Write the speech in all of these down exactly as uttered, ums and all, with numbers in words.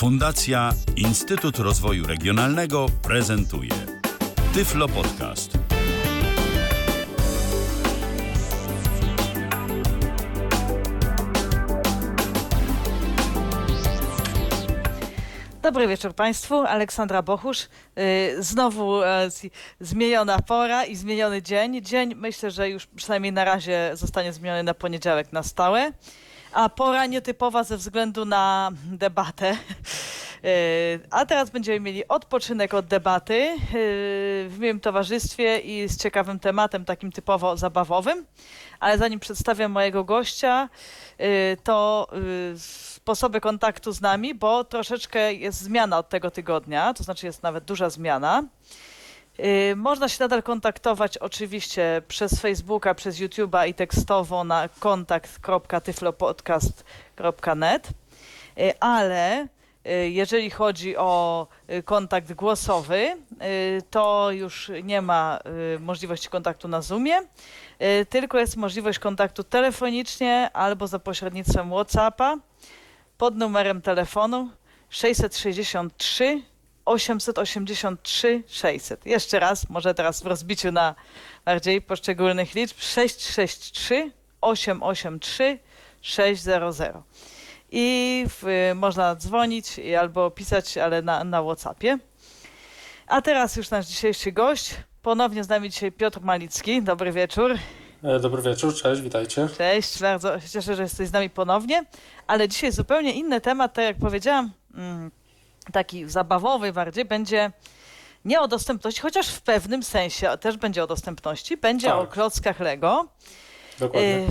Fundacja Instytut Rozwoju Regionalnego prezentuje Tyflo Podcast. Dobry wieczór Państwu, Aleksandra Bochusz. Znowu zmieniona pora i zmieniony dzień. Dzień myślę, że już przynajmniej na razie zostanie zmieniony na poniedziałek na stałe, a pora nietypowa ze względu na debatę. A teraz będziemy mieli odpoczynek od debaty w miłym towarzystwie i z ciekawym tematem, takim typowo zabawowym. Ale zanim przedstawię mojego gościa, to sposoby kontaktu z nami, bo troszeczkę jest zmiana od tego tygodnia, to znaczy jest nawet duża zmiana. Można się nadal kontaktować oczywiście przez Facebooka, przez YouTube'a i tekstowo na kontakt kropka tyflopodcast kropka net, ale jeżeli chodzi o kontakt głosowy, to już nie ma możliwości kontaktu na Zoomie, tylko jest możliwość kontaktu telefonicznie albo za pośrednictwem WhatsAppa pod numerem telefonu sześćset sześćdziesiąt trzy osiemset osiemdziesiąt trzy sześćset. Jeszcze raz, może teraz w rozbiciu na bardziej poszczególnych liczb, sześćset sześćdziesiąt trzy osiemset osiemdziesiąt trzy sześćset. I w, można dzwonić albo pisać, ale na, na WhatsAppie. A teraz już nasz dzisiejszy gość. Ponownie z nami dzisiaj Piotr Malicki. Dobry wieczór. Dobry wieczór, cześć, witajcie. Cześć, bardzo się cieszę, że jesteś z nami ponownie. Ale dzisiaj zupełnie inny temat, tak jak powiedziałam, taki zabawowy bardziej, będzie nie o dostępności, chociaż w pewnym sensie też będzie o dostępności, będzie tak. O klockach Lego. Dokładnie.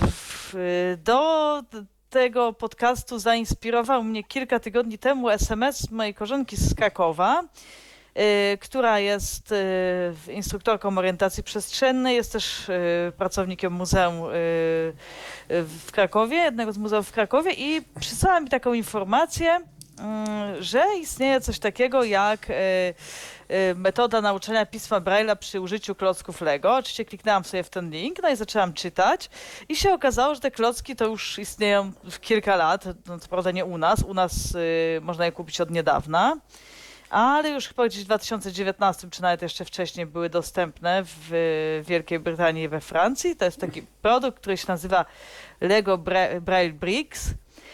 Do tego podcastu zainspirował mnie kilka tygodni temu es em es mojej koleżanki z Krakowa, y, która jest y, instruktorką orientacji przestrzennej, jest też y, pracownikiem muzeum y, y, w Krakowie, jednego z muzeów w Krakowie i przysłała mi taką informację, y, że istnieje coś takiego jak y, y, metoda nauczania pisma Braille'a przy użyciu klocków Lego. Oczywiście kliknęłam sobie w ten link, no i zaczęłam czytać i się okazało, że te klocki to już istnieją kilka lat, no co prawda nie u nas, u nas y, można je kupić od niedawna, ale już chyba gdzieś w dwa tysiące dziewiętnałym czy nawet jeszcze wcześniej były dostępne w Wielkiej Brytanii i we Francji. To jest taki produkt, który się nazywa Lego Braille Bricks.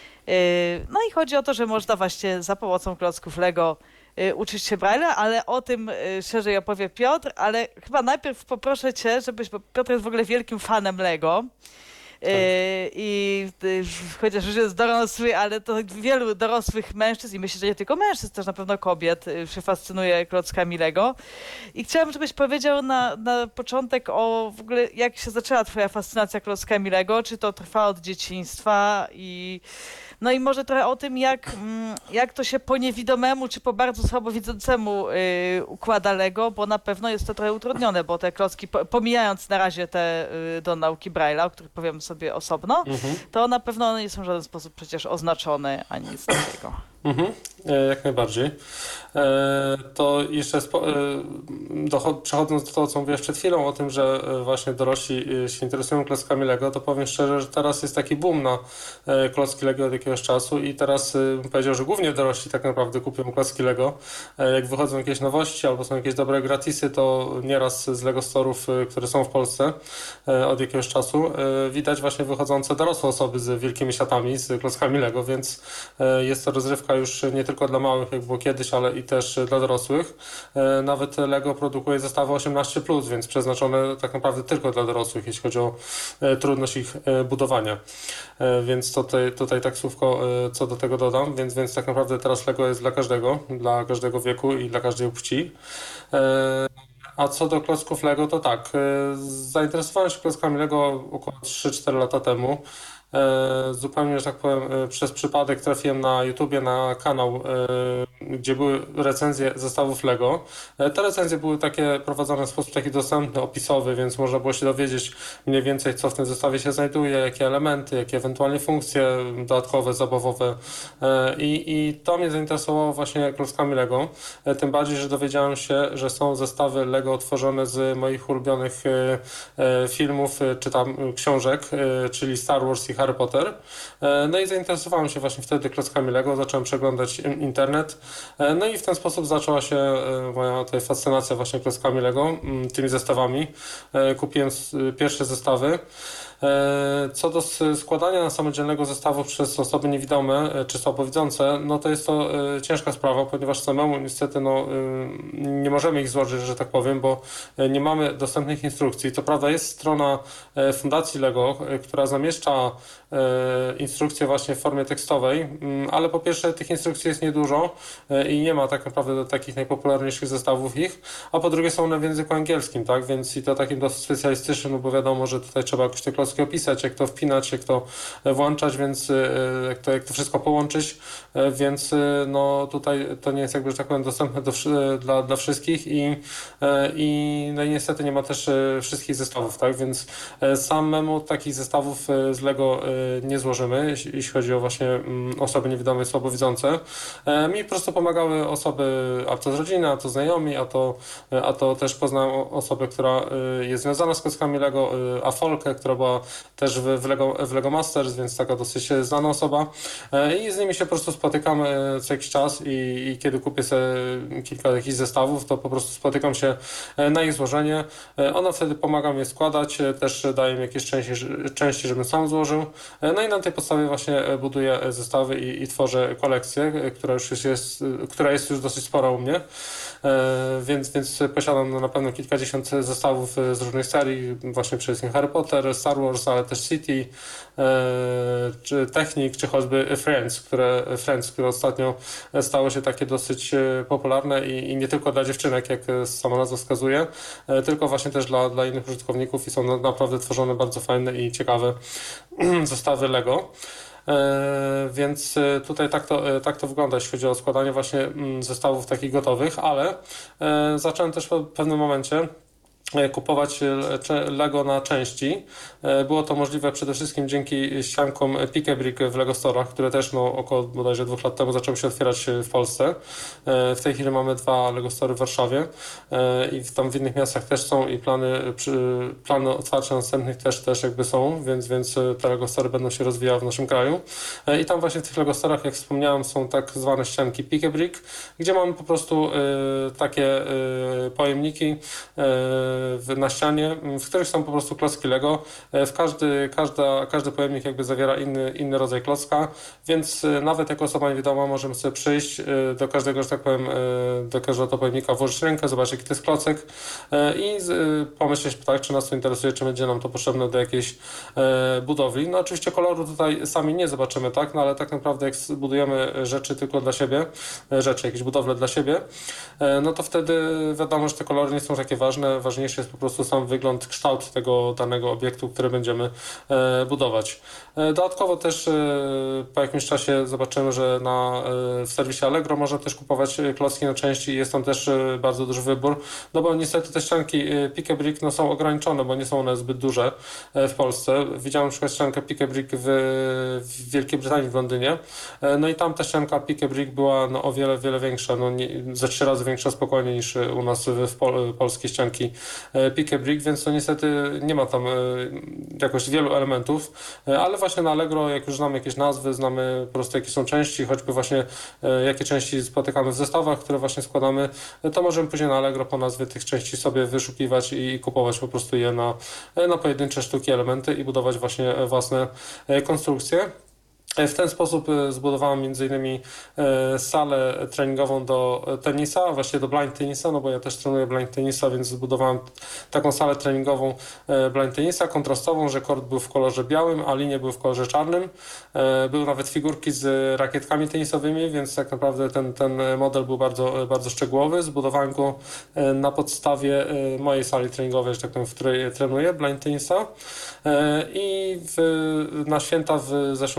No i chodzi o to, że można właśnie za pomocą klocków Lego uczyć się Braille'a, ale o tym szerzej opowie Piotr, ale chyba najpierw poproszę Cię, żebyś, bo Piotr jest w ogóle wielkim fanem Lego. Tak. I chociaż już jest dorosły, ale to wielu dorosłych mężczyzn i myślę, że nie tylko mężczyzn, też na pewno kobiet się fascynuje klockami Lego. I chciałabym, żebyś powiedział na, na początek o w ogóle jak się zaczęła twoja fascynacja klockami Lego, czy to trwa od dzieciństwa i no i może trochę o tym, jak, jak to się po niewidomemu, czy po bardzo słabowidzącemu yy, układa Lego, bo na pewno jest to trochę utrudnione, bo te klocki, pomijając na razie te yy, do nauki Braille'a, o których powiem sobie osobno, mhm. to na pewno one nie są w żaden sposób przecież oznaczone, ani nic takiego. Mhm, jak najbardziej. To jeszcze przechodząc do tego, co mówiłeś przed chwilą o tym, że właśnie dorośli się interesują klockami Lego, to powiem szczerze, że teraz jest taki boom na klocki Lego od jakiegoś czasu i teraz bym powiedział, że głównie dorośli tak naprawdę kupują klocki Lego. Jak wychodzą jakieś nowości albo są jakieś dobre gratisy, to nieraz z Lego Store'ów, które są w Polsce od jakiegoś czasu, widać właśnie wychodzące dorosłe osoby z wielkimi siatami, z klockami Lego, więc jest to rozrywka już nie tylko dla małych, jak było kiedyś, ale i też dla dorosłych. Nawet Lego produkuje zestawy osiemnaście plus, więc przeznaczone tak naprawdę tylko dla dorosłych, jeśli chodzi o trudność ich budowania. Więc tutaj, tutaj tak słówko co do tego dodam, więc, więc tak naprawdę teraz Lego jest dla każdego, dla każdego wieku i dla każdej płci. A co do klocków Lego, to tak, zainteresowałem się klockami Lego około trzy cztery lata temu. Zupełnie, że tak powiem, przez przypadek trafiłem na YouTubie na kanał gdzie były recenzje zestawów Lego. Te recenzje były takie prowadzone w sposób taki dostępny, opisowy, więc można było się dowiedzieć mniej więcej, co w tym zestawie się znajduje, jakie elementy, jakie ewentualnie funkcje dodatkowe, zabawowe. I, i to mnie zainteresowało właśnie klockami Lego. Tym bardziej, że dowiedziałem się, że są zestawy Lego tworzone z moich ulubionych filmów czy tam książek, czyli Star Wars i Harry Potter. No i zainteresowałem się właśnie wtedy klockami Lego, zacząłem przeglądać internet. No i w ten sposób zaczęła się moja tutaj fascynacja właśnie klockami Lego, tymi zestawami. Kupiłem pierwsze zestawy. Co do składania samodzielnego zestawu przez osoby niewidome czy słabowidzące, no to jest to ciężka sprawa, ponieważ samemu niestety no, nie możemy ich złożyć, że tak powiem, bo nie mamy dostępnych instrukcji. To prawda, jest strona Fundacji Lego, która zamieszcza instrukcje właśnie w formie tekstowej, ale po pierwsze tych instrukcji jest niedużo i nie ma tak naprawdę do takich najpopularniejszych zestawów ich, a po drugie są one w języku angielskim, tak, więc i to takim dosyć specjalistycznym, no bo wiadomo, że tutaj trzeba jakoś te klocki opisać, jak to wpinać, jak to włączać, więc jak to, jak to wszystko połączyć, więc no tutaj to nie jest jakby, że tak powiem, dostępne do, dla, dla wszystkich i, i, no i niestety nie ma też wszystkich zestawów, tak, więc samemu takich zestawów z Lego nie złożymy, jeśli chodzi o właśnie osoby niewidome i słabowidzące. Mi po prostu pomagały osoby, a to z rodziny, a to znajomi, a to, a to też poznałem osobę, która jest związana z klockami Lego, Afolkę, która była też w, w, Lego, w Lego Masters, więc taka dosyć znana osoba. I z nimi się po prostu spotykam co jakiś czas i, i kiedy kupię sobie kilka jakichś zestawów, to po prostu spotykam się na ich złożenie. Ona wtedy pomaga mi je składać, też daje mi jakieś części, części, żebym sam złożył. No i na tej podstawie właśnie buduję zestawy i, i tworzę kolekcję, która już jest, jest, która jest już dosyć spora u mnie. Więc, więc posiadam na pewno kilkadziesiąt zestawów z różnych serii, właśnie przede wszystkim Harry Potter, Star Wars, ale też City, czy Technic, czy choćby Friends, które, Friends, które ostatnio stało się takie dosyć popularne i, i nie tylko dla dziewczynek, jak sama nazwa wskazuje, tylko właśnie też dla, dla innych użytkowników i są naprawdę tworzone bardzo fajne i ciekawe zestawy Lego. Więc tutaj tak to, tak to wygląda, jeśli chodzi o składanie właśnie zestawów takich gotowych, ale zacząłem też w pewnym momencie kupować Lego na części. Było to możliwe przede wszystkim dzięki ściankom Pick a Brick w Lego Store'ach, które też no, około bodajże dwóch lat temu zaczęły się otwierać w Polsce. W tej chwili mamy dwa Lego Store'y w Warszawie i tam w innych miastach też są i plany, plany otwarcia następnych też, też jakby są, więc, więc te Lego Store'y będą się rozwijały w naszym kraju. I tam właśnie w tych Lego Store'ach, jak wspomniałem, są tak zwane ścianki Pick a Brick, gdzie mamy po prostu takie pojemniki na ścianie, w których są po prostu klocki Lego. W każdy, każda, każdy pojemnik jakby zawiera inny, inny rodzaj klocka, więc nawet jako osoba niewidoma możemy sobie przyjść do każdego, że tak powiem, do każdego pojemnika, włożyć rękę, zobaczyć jaki to jest klocek i pomyśleć, tak, czy nas to interesuje, czy będzie nam to potrzebne do jakiejś budowli. No oczywiście koloru tutaj sami nie zobaczymy, tak, no ale tak naprawdę jak budujemy rzeczy tylko dla siebie, rzeczy, jakieś budowle dla siebie, no to wtedy wiadomo, że te kolory nie są takie ważne, ważniejsze jest po prostu sam wygląd, kształt tego danego obiektu, który będziemy e, budować. E, dodatkowo też e, po jakimś czasie zobaczymy, że na, e, w serwisie Allegro można też kupować klocki na części i jest tam też e, bardzo duży wybór, no bo niestety te ścianki e, Pick a Brick no, są ograniczone, bo nie są one zbyt duże e, w Polsce. Widziałem na przykład ściankę Pick a Brick w, w Wielkiej Brytanii, w Londynie, e, no i tam ta ścianka Pick a Brick była no, o wiele, wiele większa, no, nie, ze trzy razy większa spokojnie niż u nas w, w pol, polskie ścianki Pick a Brick, więc to niestety nie ma tam jakoś wielu elementów, ale właśnie na Allegro, jak już znamy jakieś nazwy, znamy po prostu jakie są części, choćby właśnie jakie części spotykamy w zestawach, które właśnie składamy, to możemy później na Allegro po nazwie tych części sobie wyszukiwać i kupować po prostu je na, na pojedyncze sztuki, elementy i budować właśnie własne konstrukcje. W ten sposób zbudowałem między innymi salę treningową do tenisa, właściwie do blind tenisa, no bo ja też trenuję blind tenisa, więc zbudowałem taką salę treningową blind tenisa kontrastową, że kort był w kolorze białym, a linie były w kolorze czarnym. Były nawet figurki z rakietkami tenisowymi, więc tak naprawdę ten, ten model był bardzo, bardzo szczegółowy. Zbudowałem go na podstawie mojej sali treningowej, że tak powiem, w której trenuję blind tenisa. I w, na święta w zeszłym roku zbudowałem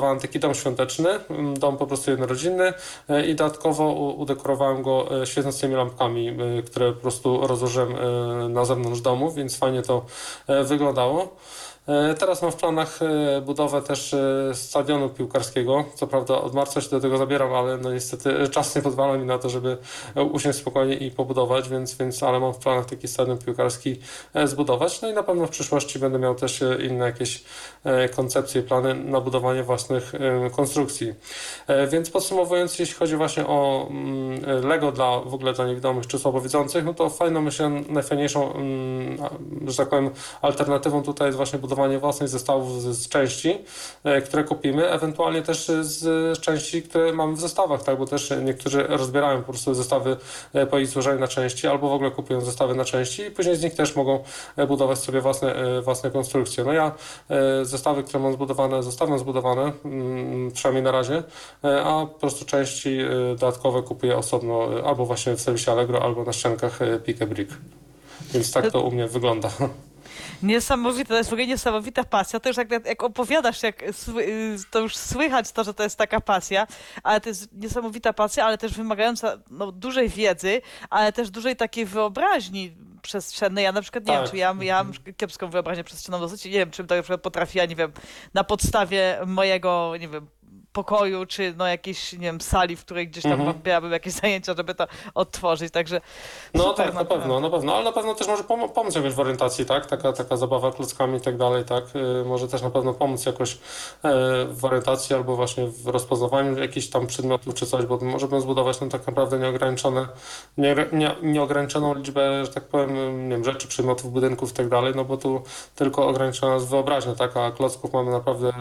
zbudowałem taki dom świąteczny, dom po prostu jednorodzinny i dodatkowo udekorowałem go świecącymi lampkami, które po prostu rozłożyłem na zewnątrz domu, więc fajnie to wyglądało. Teraz mam w planach budowę też stadionu piłkarskiego. Co prawda od marca się do tego zabieram, ale no niestety czas nie pozwala mi na to, żeby usiąść spokojnie i pobudować, więc, więc ale mam w planach taki stadion piłkarski zbudować. No i na pewno w przyszłości będę miał też inne jakieś koncepcje i plany na budowanie własnych konstrukcji. Więc podsumowując, jeśli chodzi właśnie o Lego dla w ogóle dla niewidomych czy słabowidzących, no to fajną, myślę, najfajniejszą, że tak powiem, alternatywą tutaj jest właśnie budowanie własnych zestawów z, z części, e, które kupimy, ewentualnie też z części, które mamy w zestawach, tak, bo też niektórzy rozbierają po prostu zestawy e, po ich złożeniu na części, albo w ogóle kupują zestawy na części i później z nich też mogą e, budować sobie własne, e, własne konstrukcje. No ja e, zestawy, które mam zbudowane, zostawiam zbudowane, mm, przynajmniej na razie, e, a po prostu części e, dodatkowe kupuję osobno, e, albo właśnie w serwisie Allegro, albo na ściankach e, Pick a Brick. Więc tak to u mnie wygląda. Niesamowite, to jest w ogóle niesamowita pasja. To już jak, jak opowiadasz, jak, to już słychać to, że to jest taka pasja, ale to jest niesamowita pasja, ale też wymagająca no, dużej wiedzy, ale też dużej takiej wyobraźni przestrzennej. Ja na przykład nie tak. wiem, czy ja, ja mam kiepską wyobraźnię przestrzenną dosyć, nie wiem, czym to na przykład potrafi, ja nie wiem, na podstawie mojego, nie wiem, pokoju, czy no jakiejś, nie wiem, sali, w której gdzieś tam mhm. miałabym jakieś zajęcia, żeby to odtworzyć, także no super, tak, na pewno, na pewno, ale na pewno też może pom- pomóc jakoś w orientacji, tak, taka, taka zabawa klockami i tak dalej, tak, yy, może też na pewno pomóc jakoś yy, w orientacji albo właśnie w rozpoznawaniu jakichś tam przedmiotów czy coś, bo możemy zbudować tam tak naprawdę nieograniczone, nie, nie, nieograniczoną liczbę, że tak powiem, nie wiem, rzeczy, przedmiotów, budynków i tak dalej, no bo tu tylko ograniczona jest wyobraźnia, tak, a klocków mamy naprawdę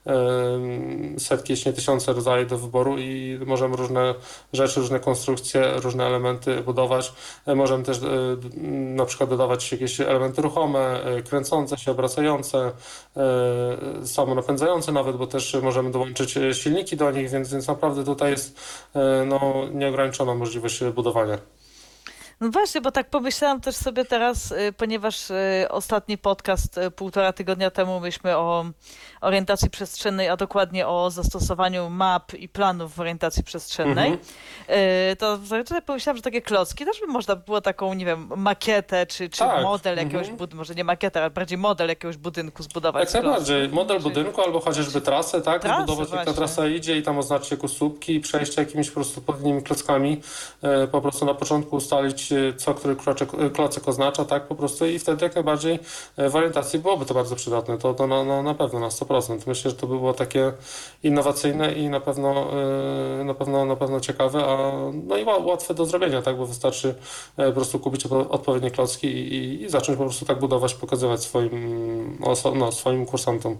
yy, setki, jeśli nie tysiące rodzajów do wyboru i możemy różne rzeczy, różne konstrukcje, różne elementy budować. Możemy też na przykład dodawać jakieś elementy ruchome, kręcące się, obracające, samonapędzające nawet, bo też możemy dołączyć silniki do nich, więc, więc naprawdę tutaj jest no, nieograniczona możliwość budowania. No właśnie, bo tak pomyślałam też sobie teraz, ponieważ ostatni podcast półtora tygodnia temu myśmy o orientacji przestrzennej, a dokładnie o zastosowaniu map i planów w orientacji przestrzennej, mm-hmm. to tak pomyślałam, że takie klocki też by można było taką, nie wiem, makietę, czy, czy tak. model jakiegoś mm-hmm. budynku, może nie makietę, ale bardziej model jakiegoś budynku zbudować. Jak najbardziej, model czy... budynku albo chociażby trasę, tak, trasę, zbudować jak ta właśnie. trasa idzie i tam oznaczyć jako słupki i przejść jakimiś po prostu odpowiednimi klockami, po prostu na początku ustalić, co który kloczek, klocek oznacza, tak, po prostu i wtedy jak najbardziej w orientacji byłoby to bardzo przydatne, to, to no, no, na pewno na sto procent. Myślę, że to by było takie innowacyjne i na pewno na pewno, na pewno ciekawe, a no i łatwe do zrobienia, tak, bo wystarczy po prostu kupić odpowiednie klocki i, i, i zacząć po prostu tak budować, pokazywać swoim, no, swoim kursantom.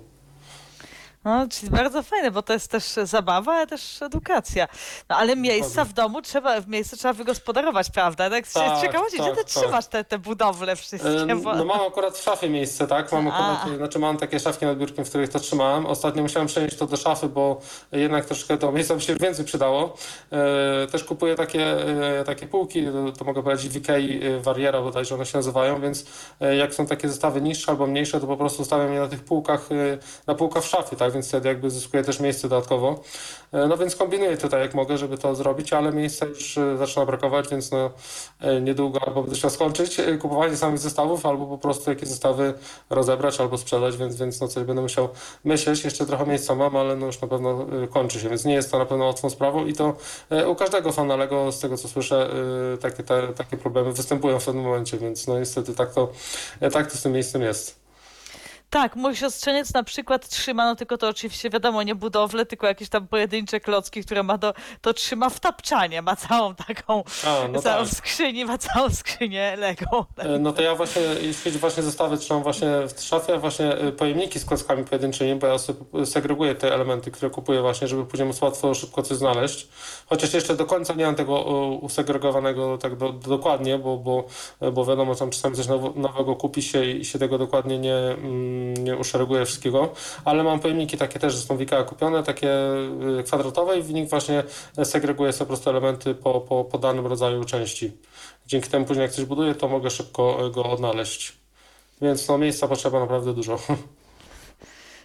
No, czyli bardzo fajne, bo to jest też zabawa, ale też edukacja. No ale miejsca w domu trzeba, w miejscu trzeba wygospodarować, prawda? Tak, tak ciekawości, tak, gdzie ty tak. trzymasz te, te budowle wszystkie? Bo... No mam akurat w szafie miejsce, tak? Mam akurat, znaczy mam takie szafki nad biurkiem, w których to trzymałem. Ostatnio musiałem przenieść to do szafy, bo jednak troszkę to miejsca mi się więcej przydało. Też kupuję takie, takie półki, to mogę powiedzieć w Ikei Wariera bodajże one się nazywają, więc jak są takie zestawy niższe albo mniejsze, to po prostu stawiam je na tych półkach, na półkach w szafie, tak? Więc wtedy jakby zyskuję też miejsce dodatkowo. No więc kombinuję tutaj jak mogę, żeby to zrobić, ale miejsca już zaczyna brakować, więc no niedługo albo będę chciał skończyć kupowanie samych zestawów, albo po prostu jakieś zestawy rozebrać albo sprzedać, więc, więc no coś będę musiał myśleć. Jeszcze trochę miejsca mam, ale no już na pewno kończy się, więc nie jest to na pewno łatwą sprawą i to u każdego fana Lego, z tego co słyszę, takie, te, takie problemy występują w pewnym momencie, więc no niestety tak to, tak to z tym miejscem jest. Tak, mój siostrzeniec na przykład trzyma, no tylko to oczywiście wiadomo, nie budowlę, tylko jakieś tam pojedyncze klocki, które ma do, to trzyma w tapczanie, ma całą taką, A, no całą tak. skrzynię, ma całą skrzynię Lego. No to ja właśnie, jeśli właśnie zestawy trzymam właśnie w szafie, właśnie pojemniki z klockami pojedynczymi, bo ja sobie segreguję te elementy, które kupuję właśnie, żeby później móc łatwo, szybko coś znaleźć. Chociaż jeszcze do końca nie mam tego usegregowanego tak do, do, dokładnie, bo, bo, bo wiadomo, tam czasami coś nowego kupi się i się tego dokładnie nie... Mm, nie uszereguję wszystkiego, ale mam pojemniki takie też, że są w Ikea kupione, takie kwadratowe i w nich właśnie segreguję sobie po prostu elementy po, po, po danym rodzaju części. Dzięki temu później jak coś buduję, to mogę szybko go odnaleźć. Więc no miejsca potrzeba naprawdę dużo.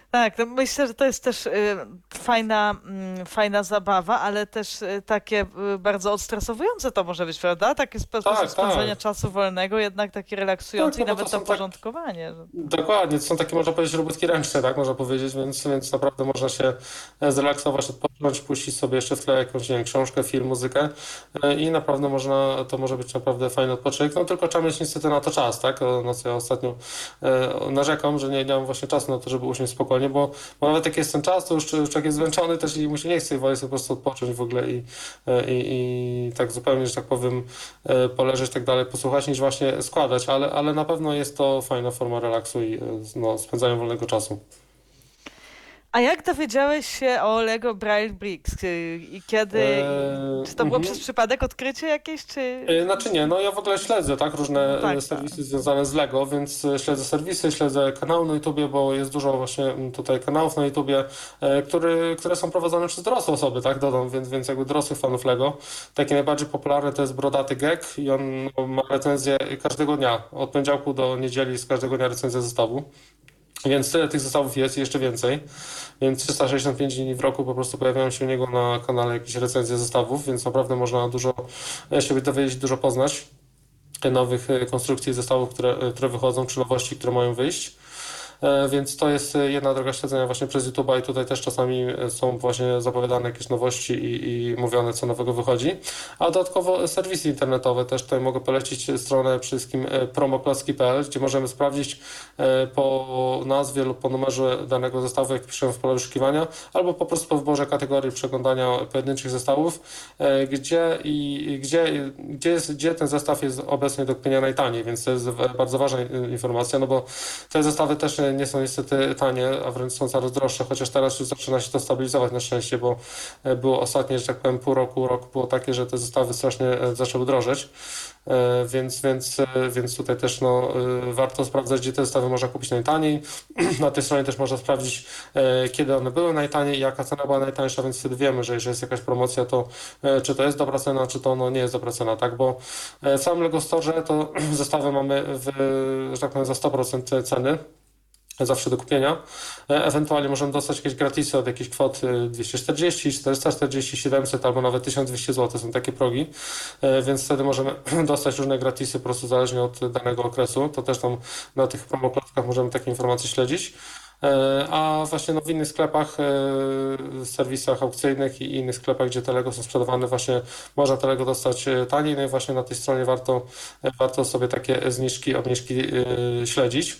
Tak, no myślę, że to jest też y, fajna, mm, fajna zabawa, ale też y, takie y, bardzo odstresowujące to może być, prawda? Taki spo- sposób Tak, spędzania tak. czasu wolnego, jednak taki relaksujący Tak, i no bo to nawet to są tak, porządkowanie. Że... dokładnie, to są takie, można powiedzieć, robótki ręczne, tak można powiedzieć, więc, więc naprawdę można się e, zrelaksować, odpocząć, puścić sobie jeszcze w tle jakąś, nie wiem, książkę, film, muzykę e, i naprawdę można, to może być naprawdę fajny odpoczynek, no tylko trzeba mieć niestety na to czas, tak, O, na co ja ostatnio e, narzekam, że nie, nie mam właśnie czasu na to, żeby usiąść spokojnie, bo, bo nawet jak jest ten czas, to już człowiek jest zmęczony też i mu się nie chce i woli sobie po prostu odpocząć w ogóle i, e, i, i tak zupełnie, że tak powiem, e, poleżeć i tak dalej, posłuchać, niż właśnie składać, ale, ale na pewno jest to fajna forma relaksu i e, no, spędzania wolnego czasu. A jak dowiedziałeś się o Lego Braille Bricks? Y, I kiedy? I Eee, czy to było mhm. przez przypadek odkrycie jakieś, czy... E, Znaczy nie, no ja w ogóle śledzę, tak, różne No tak, e, tak. serwisy związane z Lego, więc e, śledzę serwisy, śledzę kanały na YouTubie, bo jest dużo właśnie m, tutaj kanałów na YouTubie, e, który, które są prowadzone przez dorosłe osoby, tak, dodam, więc, więc jakby dorosłych fanów Lego. Taki najbardziej popularny to jest Brodaty Gek i on no, ma recenzję każdego dnia, od poniedziałku do niedzieli z każdego dnia recenzja zestawu. Więc tyle tych zestawów jest i jeszcze więcej. Więc trzysta sześćdziesiąt pięć dni w roku po prostu pojawiają się u niego na kanale jakieś recenzje zestawów, więc naprawdę można dużo e, się dowiedzieć, dużo poznać nowych e, konstrukcji zestawów, które, e, które wychodzą, czy nowości, które mają wyjść. E, Więc to jest e, jedna droga śledzenia właśnie przez YouTube'a i tutaj też czasami e, są właśnie zapowiadane jakieś nowości i, i mówione, co nowego wychodzi. A dodatkowo serwisy internetowe też tutaj mogę polecić stronę przede wszystkim e, promoklocki kropka p l, gdzie możemy sprawdzić e, po nazwie lub po numerze danego zestawu, jak piszemy w polu wyszukiwania, albo po prostu po wyborze kategorii przeglądania pojedynczych zestawów, e, gdzie i gdzie, gdzie, jest, gdzie ten zestaw jest obecnie do kupienia najtaniej, więc to jest e, bardzo ważna e, informacja, no bo te zestawy też e, nie są niestety tanie, a wręcz są coraz droższe, chociaż teraz już zaczyna się to stabilizować na szczęście, bo e, było ostatnie, że tak powiem, pół roku, rok było takie, że te zestawy strasznie e, zaczęły drożeć. E, Więc, więc, e, więc tutaj też no, e, warto sprawdzać, gdzie te zestawy można kupić najtaniej. Na tej stronie też można sprawdzić, e, kiedy one były najtaniej i jaka cena była najtańsza, więc wtedy wiemy, że jeżeli jest jakaś promocja, to e, czy to jest dobra cena, czy to no, nie jest dobra cena, tak? Bo e, w samym Lego Store to zestawy mamy w, że tak powiem, za sto procent ceny. Zawsze do kupienia. E, Ewentualnie możemy dostać jakieś gratisy od jakiejś kwoty dwieście czterdzieści, czterysta czterdzieści, siedemset albo nawet tysiąc dwieście złotych, są takie progi, E, więc wtedy możemy dostać różne gratisy po prostu zależnie od danego okresu. To też tam na tych promoklotkach możemy takie informacje śledzić. E, A właśnie no, w innych sklepach, e, serwisach aukcyjnych i innych sklepach, gdzie te Lego są sprzedawane, właśnie można te Lego dostać e, taniej. No i właśnie na tej stronie warto, e, warto sobie takie zniżki, obniżki e, śledzić.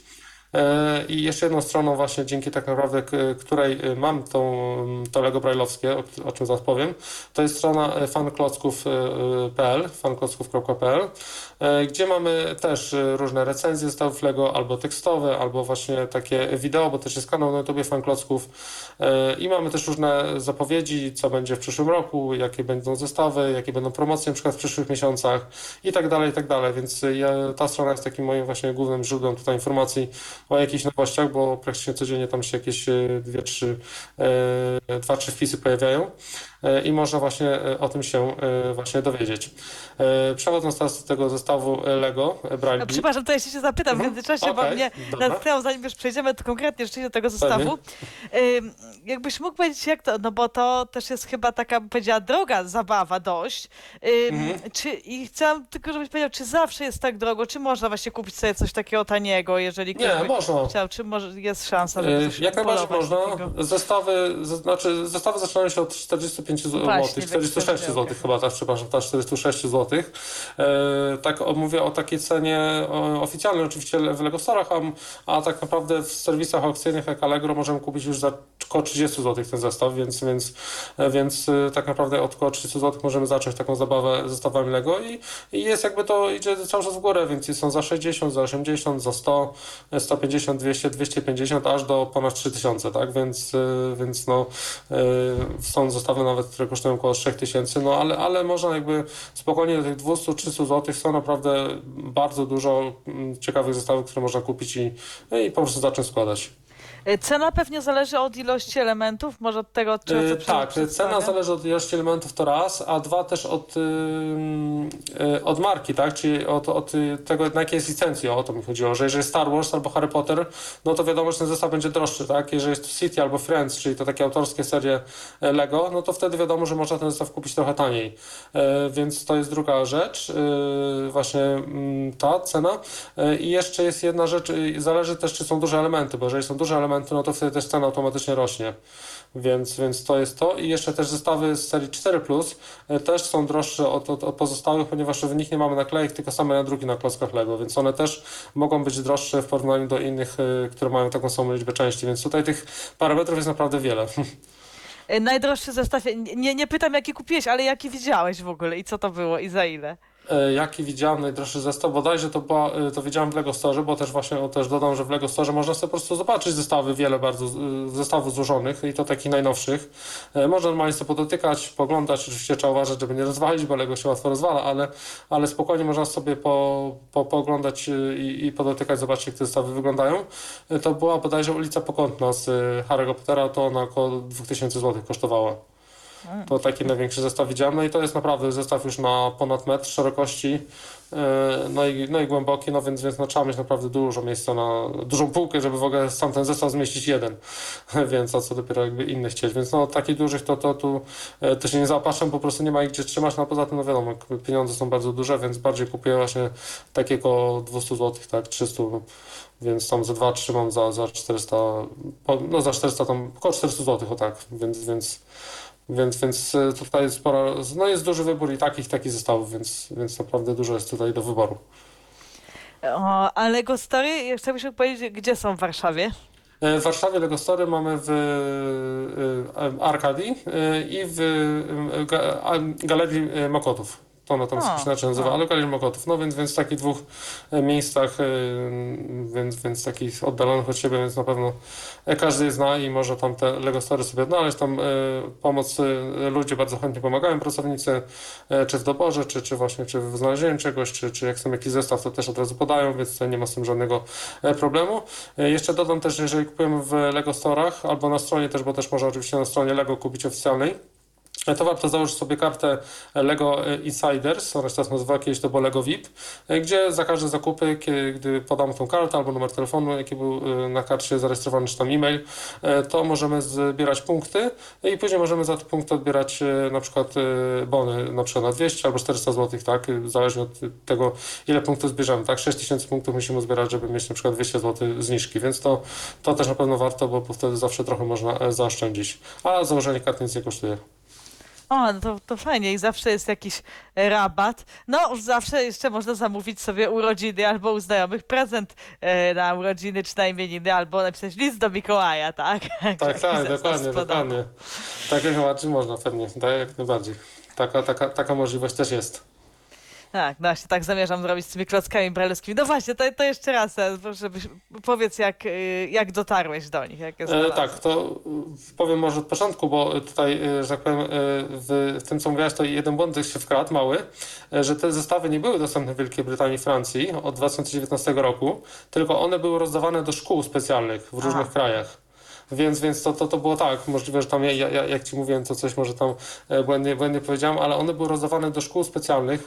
E, I jeszcze jedną stroną właśnie, dzięki tak naprawdę, k- której e, mam tą, to Lego Braille'owskie, o, o czym zaraz powiem, to jest strona e, fanklocków kropka p l, fanklocków kropka p l, e, gdzie mamy też e, różne recenzje zestawów Lego, albo tekstowe, albo właśnie takie wideo, bo też jest kanał na YouTubie Fanklocków. E, I mamy też różne zapowiedzi, co będzie w przyszłym roku, jakie będą zestawy, jakie będą promocje na przykład w przyszłych miesiącach i tak dalej, i tak dalej. Więc e, ja, ta strona jest takim moim właśnie głównym źródłem tutaj informacji o jakichś nowościach, bo praktycznie codziennie tam się jakieś e, dwie, trzy, e, dwa, trzy wpisy pojawiają e, i można właśnie e, o tym się e, właśnie dowiedzieć. E, Przechodząc teraz do tego zestawu e, Lego e, Braille No, Beat. przepraszam, to jeszcze się zapytam w Mhm. międzyczasie, bo Okej, mnie dobra. natknęło, zanim już przejdziemy to konkretnie rzeczywiście do tego zestawu. Ym, jakbyś mógł powiedzieć, jak to, no bo to też jest chyba taka, bym powiedziała, droga zabawa dość. Ym, Mhm. czy, I chciałam tylko, żebyś powiedział, czy zawsze jest tak drogo, czy można właśnie kupić sobie coś takiego taniego, jeżeli ktoś Nie, by można. chciał, czy może jest szansa, żeby E, coś Jak najbardziej polować można. takiego? Zestawy, z- znaczy zestawy zaczynają się od czterdziestu pięciu Właśnie, złotych, czterdziestu sześciu wyprzedzę, złotych okej. chyba, tak, przepraszam, tak, czterdziestu sześciu złotych. E, tak o- mówię o takiej cenie o, oficjalnej oczywiście w Lego Store'ach, a, a tak naprawdę w serwisach aukcyjnych jak Allegro możemy kupić już za około trzydziestu złotych ten zestaw, więc, więc, e, więc e, tak naprawdę od około trzydziestu złotych możemy zacząć taką zabawę zestawami Lego i, i jest jakby to idzie cały czas w górę, więc są za sześćdziesiąt, za osiemdziesiąt, za sto, sto pięćdziesiąt, dwieście, dwieście pięćdziesiąt, aż do ponad trzy tysiące, tak? Więc, y, więc no, y, są zestawy nawet, które kosztują około trzech tysięcy, no ale, ale można jakby spokojnie do tych dwieście trzysta złotych są naprawdę bardzo dużo mm, ciekawych zestawów, które można kupić i, i po prostu zacząć składać. Cena pewnie zależy od ilości elementów, może od tego, czy Yy, co Tak, cena zależy od ilości elementów to raz, a dwa też od, yy, od marki, tak? Czyli od, od tego, na jakiej jest licencja, o to mi chodziło, że jeżeli Star Wars albo Harry Potter, no to wiadomo, że ten zestaw będzie droższy, tak? Jeżeli jest to City albo Friends, czyli to takie autorskie serie Lego, no to wtedy wiadomo, że można ten zestaw kupić trochę taniej. Yy, więc to jest druga rzecz, yy, właśnie yy, ta cena. Yy, I jeszcze jest jedna rzecz, yy, zależy też, czy są duże elementy, bo jeżeli są duże elementy, no to wtedy też cena automatycznie rośnie. Więc, więc to jest to. I jeszcze też zestawy z serii cztery plus też są droższe od, od, od pozostałych, ponieważ w nich nie mamy naklejek, tylko same nadruki na klockach Lego, więc one też mogą być droższe w porównaniu do innych, które mają taką samą liczbę części, więc tutaj tych parametrów jest naprawdę wiele. Najdroższy zestaw, nie, nie pytam jaki kupiłeś, ale jaki widziałeś w ogóle i co to było i za ile? Jaki widziałem najdroższy zestaw, bodajże to, była, to widziałem w Lego Store, bo też właśnie też dodam, że w Lego Store można sobie po prostu zobaczyć zestawy, wiele bardzo zestawów złożonych i to takich najnowszych. Można normalnie sobie podotykać, poglądać, oczywiście trzeba uważać, żeby nie rozwalić, bo Lego się łatwo rozwala, ale, ale spokojnie można sobie po, po, pooglądać i, i podotykać, zobaczyć jak te zestawy wyglądają. To była bodajże ulica Pokątna z Harry'ego Pottera, to ona około dwa tysiące złotych kosztowała. To taki największy zestaw widziałem, no i to jest naprawdę zestaw już na ponad metr szerokości, no i, no i głęboki, no więc, więc no, trzeba mieć naprawdę dużo miejsca na dużą półkę, żeby w ogóle sam ten zestaw zmieścić jeden, więc a co dopiero jakby inny chcieć, więc no takich dużych to, to tu to się nie zaopatrzam, po prostu nie ma ich gdzie trzymać, no poza tym no wiadomo, pieniądze są bardzo duże, więc bardziej kupuję właśnie takie około dwieście złotych, tak, trzysta, więc tam za dwa trzymam za, za czterysta, no za czterysta tam, około czterysta złotych, o tak, więc, więc Więc, więc tutaj jest sporo, no jest duży wybór i takich, takich zestawów, więc, więc naprawdę dużo jest tutaj do wyboru. O, a Lego Story, chciałbyś powiedzieć, gdzie są w Warszawie? W Warszawie Lego Story mamy w Arkadii i w Galerii Mokotów. To ona tam o, się inaczej nazywa, o. ale Galerii Mokotów. No więc, więc w takich dwóch miejscach, więc, więc takich oddalonych od siebie, więc na pewno każdy je zna i może tam te Lego Story sobie odnaleźć. Tam pomoc, ludzie bardzo chętnie pomagają, pracownicy, czy w doborze, czy, czy właśnie czy w znalezieniu czegoś, czy, czy jak są jakiś zestaw, to też od razu podają, więc tutaj nie ma z tym żadnego problemu. Jeszcze dodam też, że jeżeli kupujemy w Lego Storach albo na stronie też, bo też można oczywiście na stronie Lego kupić oficjalnej, to warto założyć sobie kartę Lego Insiders, ona się teraz nazywa, kiedyś to było Lego V I P, gdzie za każde zakupy, gdy podamy tą kartę albo numer telefonu, jaki był na karcie zarejestrowany, czy tam e-mail, to możemy zbierać punkty i później możemy za te punkty odbierać na przykład bony na przykład na dwieście albo czterysta złotych, tak, zależnie od tego, ile punktów zbierzemy, tak, sześć tysięcy punktów musimy zbierać, żeby mieć na przykład dwieście złotych zniżki, więc to, to też na pewno warto, bo wtedy zawsze trochę można zaoszczędzić, a założenie karty nic nie kosztuje. O, no to, to fajnie i zawsze jest jakiś rabat. No, zawsze jeszcze można zamówić sobie urodziny albo u znajomych prezent e, na urodziny czy na imieniny, albo napisać list do Mikołaja, tak? Tak, tak, dokładnie, dokładnie. Tak jak najbardziej można, pewnie, tak jak najbardziej. Taka, taka, taka możliwość też jest. Tak, no właśnie tak zamierzam zrobić z tymi klockami brajlowskimi. No właśnie, to, to jeszcze raz, żebyś, powiedz jak, jak dotarłeś do nich, jak je e, Tak, to powiem może od początku, bo tutaj, że tak powiem, w, w tym co mówiłaś, to jeden błąd się wkradł, mały, że te zestawy nie były dostępne w Wielkiej Brytanii i Francji od dwa tysiące dziewiętnastego roku, tylko one były rozdawane do szkół specjalnych w różnych Aha. krajach. Więc, więc to, to, to było tak, możliwe, że tam, ja, ja, jak Ci mówiłem, to coś może tam błędnie, błędnie powiedziałem, ale one były rozdawane do szkół specjalnych,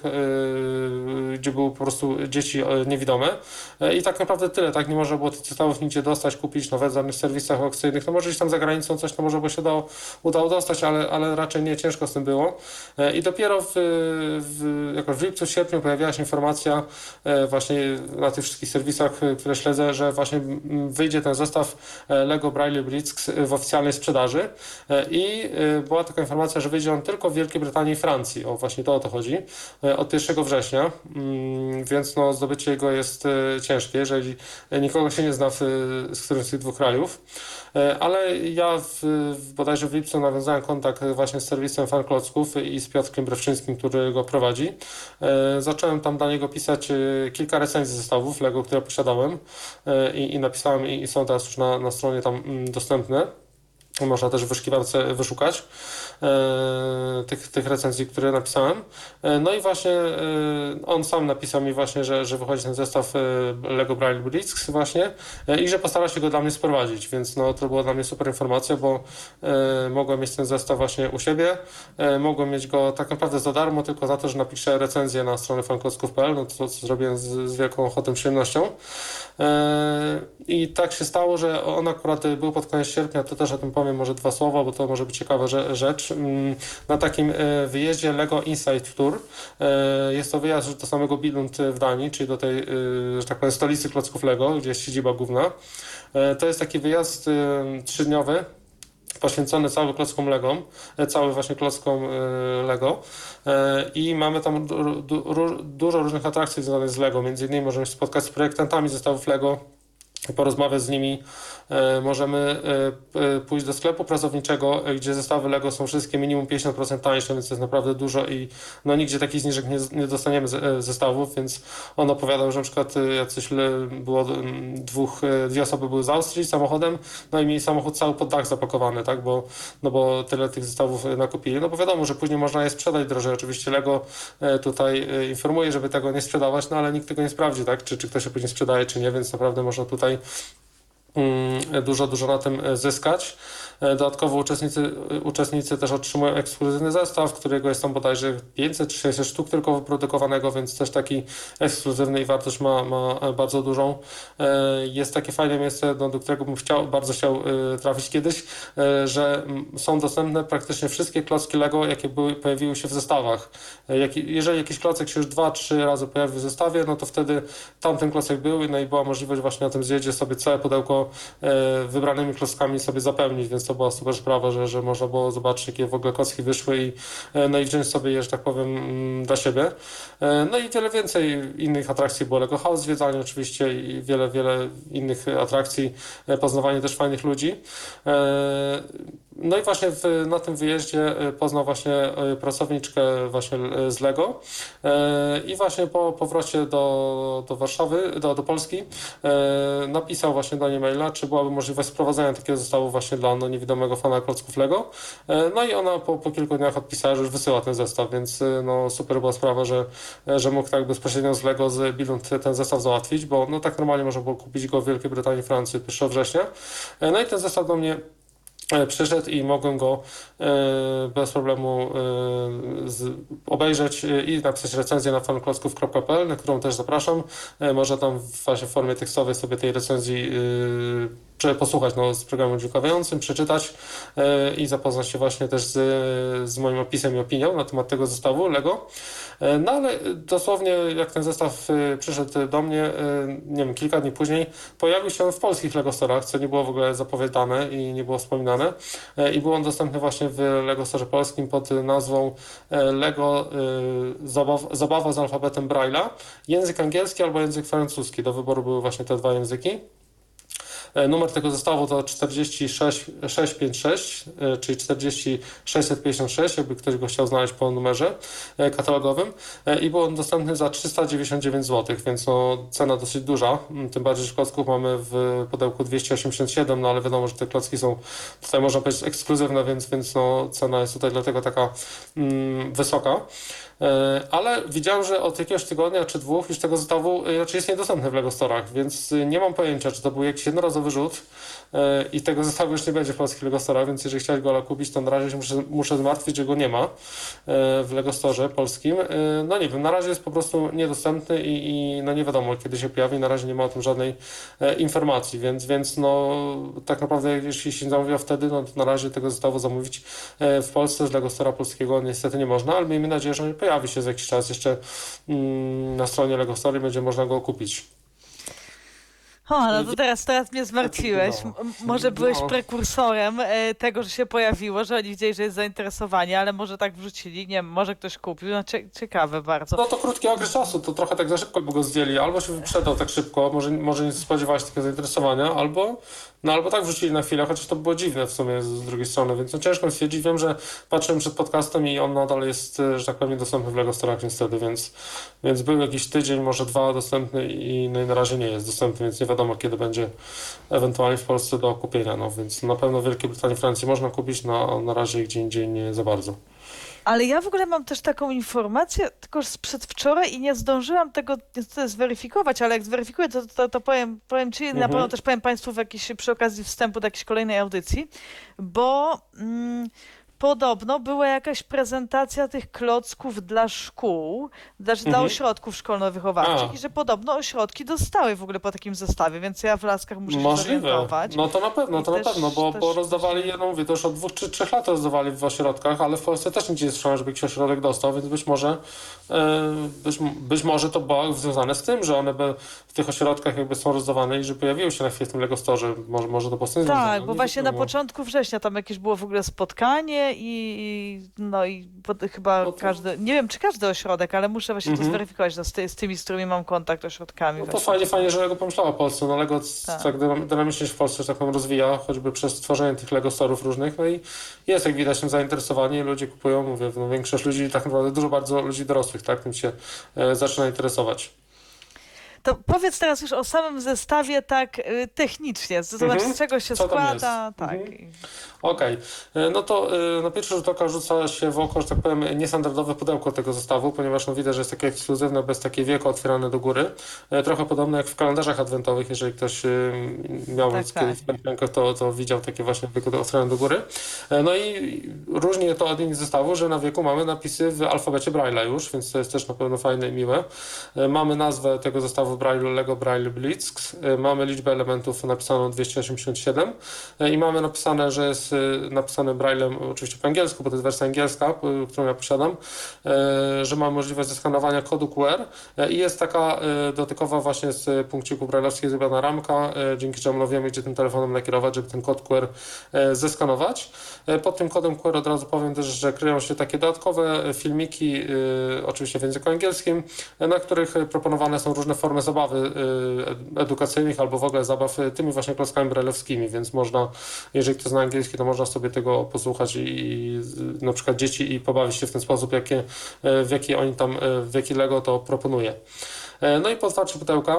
yy, gdzie były po prostu dzieci niewidome yy, i tak naprawdę tyle, tak, nie można było tych zestawów nigdzie dostać, kupić, nawet w żadnych serwisach aukcyjnych, no może gdzieś tam za granicą coś to może by się dało, udało dostać, ale, ale raczej nie, ciężko z tym było yy, i dopiero w, w, jakoś w lipcu, w sierpniu pojawiła się informacja yy, właśnie na tych wszystkich serwisach, które śledzę, że właśnie wyjdzie ten zestaw Lego Braille w oficjalnej sprzedaży i była taka informacja, że wyjdzie on tylko w Wielkiej Brytanii i Francji. O, właśnie to o to chodzi. Od pierwszego września, więc no, zdobycie jego jest ciężkie, jeżeli nikogo się nie zna w, z którymś z tych dwóch krajów. Ale ja w, w, bodajże w lipcu nawiązałem kontakt właśnie z serwisem Fanklocków i z Piotrkiem Brewczyńskim, który go prowadzi. Zacząłem tam dla niego pisać kilka recenzji zestawów Lego, które posiadałem i, i napisałem i są teraz już na, na stronie tam dostępne. Można też w wyszukiwarce wyszukać e, tych, tych recenzji, które napisałem. E, no i właśnie e, on sam napisał mi właśnie, że, że wychodzi ten zestaw e, Lego Braille Blitz właśnie e, i że postara się go dla mnie sprowadzić, więc no, to była dla mnie super informacja, bo e, mogłem mieć ten zestaw właśnie u siebie, e, mogłem mieć go tak naprawdę za darmo, tylko za to, że napiszę recenzję na stronę fanklocków kropka p l, no to co zrobiłem z, z wielką ochotą, przyjemnością. E, I tak się stało, że on akurat był pod koniec sierpnia, to też o tym powiem może dwa słowa, bo to może być ciekawa rzecz. Na takim wyjeździe Lego Inside Tour, jest to wyjazd do samego Billund w Danii, czyli do tej, że tak powiem, stolicy klocków Lego, gdzie jest siedziba główna. To jest taki wyjazd trzydniowy, poświęcony cały klockom Lego, cały właśnie klockom Lego i mamy tam du du dużo różnych atrakcji związanych z Lego, między innymi możemy się spotkać z projektantami zestawów Lego, porozmawiać z nimi. Możemy pójść do sklepu pracowniczego, gdzie zestawy Lego są wszystkie minimum pięćdziesiąt procent tańsze, więc to jest naprawdę dużo i no nigdzie takich zniżek nie, nie dostaniemy zestawów, więc on opowiadał, że na przykład jacyś było dwóch, dwie osoby były z Austrii samochodem, no i mieli samochód cały pod dach zapakowany, tak, bo, no bo tyle tych zestawów nakupili. No bo wiadomo, że później można je sprzedać drożej. Oczywiście Lego tutaj informuje, żeby tego nie sprzedawać, no ale nikt tego nie sprawdzi, tak, czy, czy ktoś się później sprzedaje, czy nie, więc naprawdę można tutaj dużo, dużo na tym zyskać. Dodatkowo uczestnicy, uczestnicy też otrzymują ekskluzywny zestaw, którego jest tam bodajże pięćset czy sześćset sztuk tylko wyprodukowanego, więc też taki ekskluzywny i wartość ma, ma bardzo dużą. Jest takie fajne miejsce, do którego bym chciał, bardzo chciał trafić kiedyś, że są dostępne praktycznie wszystkie klocki Lego, jakie były, pojawiły się w zestawach. Jeżeli jakiś klocek się już dwa, trzy razy pojawił w zestawie, no to wtedy tamten klocek był, no i była możliwość właśnie na tym zjeździe sobie całe pudełko wybranymi klockami sobie zapełnić, więc to była super sprawa, że, że można było zobaczyć, jakie w ogóle klocki wyszły i, no i wziąć sobie je, że tak powiem, dla siebie. No i wiele więcej innych atrakcji było. Lego House, zwiedzanie oczywiście i wiele, wiele innych atrakcji, poznawanie też fajnych ludzi. No i właśnie w, na tym wyjeździe poznał właśnie pracowniczkę właśnie z Lego i właśnie po powrocie do, do Warszawy, do, do Polski napisał właśnie do niej maila, czy byłaby możliwość sprowadzenia takiego zestawu właśnie dla no, niewidomego fana klocków Lego. No i ona po, po kilku dniach odpisała, że już wysyła ten zestaw, więc no super była sprawa, że, że mógł tak bezpośrednio z Lego, z Billund ten zestaw załatwić, bo no tak normalnie można było kupić go w Wielkiej Brytanii, Francji pierwszego września. No i ten zestaw do mnie przyszedł i mogłem go e, bez problemu e, z, obejrzeć i napisać recenzję na fanklocków kropka p l, na którą też zapraszam. E, można tam w właśnie formie tekstowej sobie tej recenzji e, posłuchać no, z programem dźwiękowiającym, przeczytać e, i zapoznać się właśnie też z, z moim opisem i opinią na temat tego zestawu Lego. E, no ale dosłownie jak ten zestaw e, przyszedł do mnie, e, nie wiem, kilka dni później, pojawił się on w polskich Lego Store'ach, co nie było w ogóle zapowiadane i nie było wspominane. E, I był on dostępny właśnie w Lego Store polskim pod nazwą e, Lego e, zabaw, Zabawa z alfabetem Braille'a. Język angielski albo język francuski. Do wyboru były właśnie te dwa języki. Numer tego zestawu to czterdzieści sześć sześćset pięćdziesiąt sześć, czyli czterdzieści sześćset pięćdziesiąt sześć, jakby ktoś go chciał znaleźć po numerze katalogowym i był on dostępny za trzysta dziewięćdziesiąt dziewięć złotych, więc no, cena dosyć duża, tym bardziej, że klocków mamy w pudełku dwieście osiemdziesiąt siedem, no ale wiadomo, że te klocki są tutaj można powiedzieć ekskluzywne, więc, więc no, cena jest tutaj dlatego taka mm, wysoka. Ale widziałem, że od jakiegoś tygodnia czy dwóch już tego zestawu raczej jest niedostępny w Lego Store'ach, więc nie mam pojęcia, czy to był jakiś jednorazowy rzut i tego zestawu już nie będzie w polskich Lego Store'ach, więc jeżeli chciałeś go kupić, to na razie się muszę, muszę zmartwić, że go nie ma w Lego Store'ze polskim. No nie wiem, na razie jest po prostu niedostępny i, i no nie wiadomo, kiedy się pojawi, na razie nie ma o tym żadnej informacji, więc, więc no tak naprawdę jeśli się zamówiło wtedy, no to na razie tego zestawu zamówić w Polsce z Lego Store'a polskiego niestety nie można, ale miejmy nadzieję, że pojawi się za jakiś czas jeszcze mm, na stronie Lego Store i będzie można go kupić. O, no to teraz, teraz mnie zmartwiłeś. No. M- może byłeś No. prekursorem e, tego, że się pojawiło, że oni widzieli, że jest zainteresowanie, ale może tak wrzucili, nie wiem, może ktoś kupił. No, cie- ciekawe bardzo. No to krótki okres czasu, to trochę tak za szybko by go zdjęli, albo się wyprzedał tak szybko, może, może nie spodziewali się takiego zainteresowania, albo, no, albo tak wrzucili na chwilę, chociaż to było dziwne w sumie z drugiej strony, więc no ciężko stwierdzić. Wiem, że patrzyłem przed podcastem i on nadal jest, że tak powiem, dostępny w Lego Store'ach niestety, więc, więc był jakiś tydzień, może dwa dostępny i, no i na razie nie jest dostępny, więc nie wiadomo, wiadomo, kiedy będzie ewentualnie w Polsce do kupienia, no więc na pewno w Wielkiej Brytanii, Francji można kupić, no na razie gdzie indziej nie za bardzo. Ale ja w ogóle mam też taką informację, tylko z przedwczoraj i nie zdążyłam tego niestety zweryfikować, ale jak zweryfikuję, to, to, to powiem, powiem ci, mhm. na pewno też powiem Państwu w jakiś, przy okazji wstępu do jakiejś kolejnej audycji, bo mm, podobno była jakaś prezentacja tych klocków dla szkół, dla, mhm. dla ośrodków szkolno-wychowawczych A. i że podobno ośrodki dostały w ogóle po takim zestawie, więc ja w Laskach muszę się zorientować. No to na pewno, to też, na pewno, bo, też, bo rozdawali, ja no mówię, to już od dwóch czy trzech lat rozdawali w ośrodkach, ale w Polsce też nigdzie nie słyszałem, żeby jakiś ośrodek dostał, więc być może być, być może to było związane z tym, że one by w tych ośrodkach jakby są rozdawane i że pojawiły się na chwilę w tym Lego Store, może, może to po prostu związane. Tak, bo właśnie na początku września tam jakieś było w ogóle spotkanie i no i chyba no to... każdy, nie wiem czy każdy ośrodek, ale muszę właśnie mm-hmm. to zweryfikować no, z, ty, z tymi, z którymi mam kontakt ośrodkami. No to fajnie, fajnie, że Lego pomyślała Polsce. No Lego tak, tak dynamicznie się w Polsce tak powiem, rozwija, choćby przez tworzenie tych Lego Store'ów różnych, no i jest jak widać tym zainteresowanie i ludzie kupują, mówię, no, większość ludzi, tak naprawdę dużo bardzo ludzi dorosłych, tak, tym się e, zaczyna interesować. To powiedz teraz już o samym zestawie tak y, technicznie, zobacz mm-hmm. z czego się Co składa. Tak. Mm-hmm. Okej, okay. No to y, na pierwszy rzut oka rzuca się w oko, że tak powiem, niestandardowe pudełko tego zestawu, ponieważ no, widać, że jest takie ekskluzywne, bez takiej wieko otwierane do góry. Y, trochę podobne jak w kalendarzach adwentowych, jeżeli ktoś y, miał tak, kiedyś tak. w rękach, to, to widział takie właśnie wieko otwierane do góry. Y, no i różni to od innych zestawów, że na wieku mamy napisy w alfabecie Braille'a już, więc to jest też na pewno fajne i miłe. Y, mamy nazwę tego zestawu w Braille'u Lego Braille Blitz. Y, mamy liczbę elementów napisaną dwieście osiemdziesiąt siedem y, i mamy napisane, że jest napisane Braillem oczywiście po angielsku, bo to jest wersja angielska, którą ja posiadam, że ma możliwość zeskanowania kodu Q R i jest taka dotykowa właśnie z punkciku brailleowskiego zrobiona ramka, dzięki czemu wiemy, gdzie tym telefonem nakierować, żeby ten kod Q R zeskanować. Pod tym kodem Q R od razu powiem też, że kryją się takie dodatkowe filmiki, oczywiście w języku angielskim, na których proponowane są różne formy zabawy edukacyjnych albo w ogóle zabaw tymi właśnie klockami brailleowskimi, więc można, jeżeli ktoś zna angielski, to można sobie tego posłuchać i, i na przykład dzieci i pobawić się w ten sposób, jakie, w jaki oni tam, w jaki Lego to proponuje. No i po otwarciu pudełka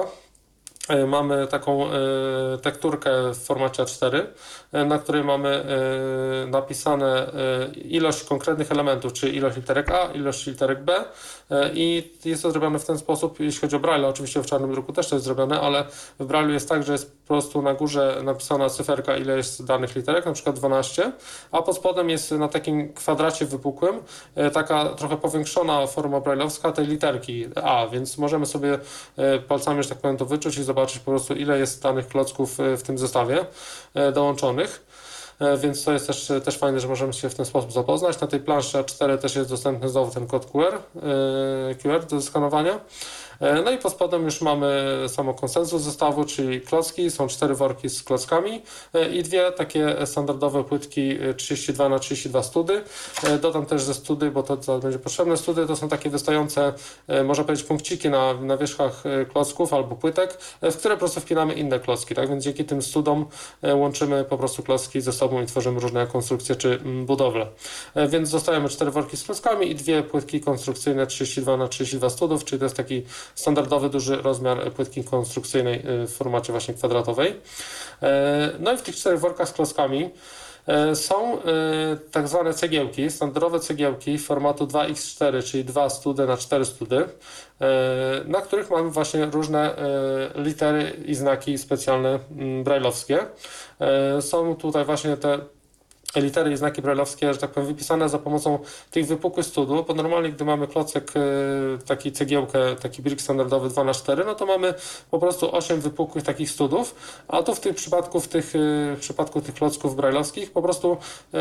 mamy taką y, tekturkę w formacie A cztery, y, na której mamy y, napisane y, ilość konkretnych elementów, czyli ilość literek A, ilość literek B y, i jest to zrobione w ten sposób, jeśli chodzi o Braille, oczywiście w czarnym druku też to jest zrobione, ale w Braille'u jest tak, że jest po prostu na górze napisana cyferka, ile jest danych literek, na przykład dwanaście, a pod spodem jest na takim kwadracie wypukłym y, taka trochę powiększona forma brailleowska tej literki A, więc możemy sobie y, palcami, że tak powiem, to wyczuć i zobaczyć po prostu, ile jest danych klocków w tym zestawie dołączonych. Więc to jest też, też fajne, że możemy się w ten sposób zapoznać. Na tej planszy A cztery też jest dostępny znowu ten kod Q R, Q R do skanowania. No i pod spodem już mamy samo konsensus zestawu, czyli klocki, są cztery worki z klockami i dwie takie standardowe płytki trzydzieści dwa na trzydzieści dwa study. Dodam też ze study, bo to, to będzie potrzebne. Study to są takie wystające, można powiedzieć, punkciki na, na wierzchach klocków albo płytek, w które po prostu wpinamy inne klocki, tak? Więc dzięki tym studom łączymy po prostu klocki ze sobą i tworzymy różne konstrukcje czy budowle. Więc zostajemy cztery worki z klockami i dwie płytki konstrukcyjne trzydzieści dwa na trzydzieści dwa studów, czyli to jest taki standardowy, duży rozmiar płytki konstrukcyjnej w formacie właśnie kwadratowej. No i w tych czterech workach z klockami są tak zwane cegiełki, standardowe cegiełki formatu dwa iks cztery, czyli dwa study na cztery study, na których mamy właśnie różne litery i znaki specjalne brailleowskie. Są tutaj właśnie te litery i znaki brailleowskie, że tak powiem, wypisane za pomocą tych wypukłych studów, bo normalnie gdy mamy klocek, taki cegiełkę, taki brick standardowy dwa na cztery, no to mamy po prostu osiem wypukłych takich studów, a tu w tym przypadku, w, tych, w przypadku tych klocków brailleowskich po prostu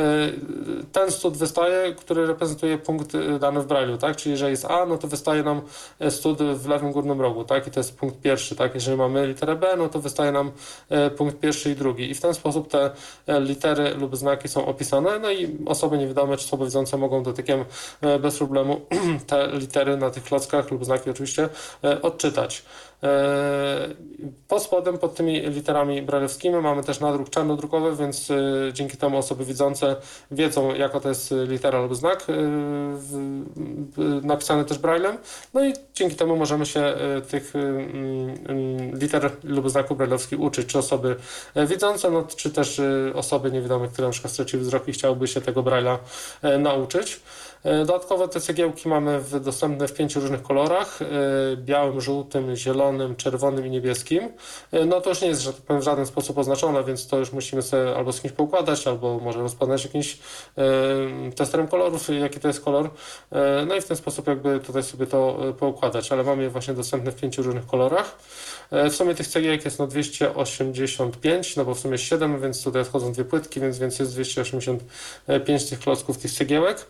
ten stud wystaje, który reprezentuje punkt dany w braille'u, tak? Czyli jeżeli jest A, no to wystaje nam stud w lewym górnym rogu, tak? I to jest punkt pierwszy, tak? Jeżeli mamy literę B, no to wystaje nam punkt pierwszy i drugi i w ten sposób te litery lub znaki są są opisane, no i osoby niewidome czy słabowidzące mogą dotykiem bez problemu te litery na tych klockach lub znaki oczywiście odczytać. Pod spodem, pod tymi literami brajlowskimi mamy też nadruk czarnodrukowy, więc dzięki temu osoby widzące wiedzą, jaka to jest litera lub znak napisany też brajlem. No i dzięki temu możemy się tych liter lub znaków brajlowskich uczyć, czy osoby widzące, no, czy też osoby niewidome, które na przykład straciły wzrok i chciałyby się tego brajla nauczyć. Dodatkowo te cegiełki mamy w, dostępne w pięciu różnych kolorach, białym, żółtym, zielonym, czerwonym i niebieskim. No to już nie jest, że tak powiem, w żaden sposób oznaczone, więc to już musimy sobie albo z kimś poukładać, albo może rozpoznać jakimś testerem kolorów, jaki to jest kolor. No i w ten sposób jakby tutaj sobie to poukładać, ale mamy je właśnie dostępne w pięciu różnych kolorach. W sumie tych cegiełek jest no dwieście osiemdziesiąt pięć, no bo w sumie jest siedem, więc tutaj wchodzą dwie płytki, więc, więc jest dwieście osiemdziesiąt pięć tych klocków, tych cegiełek.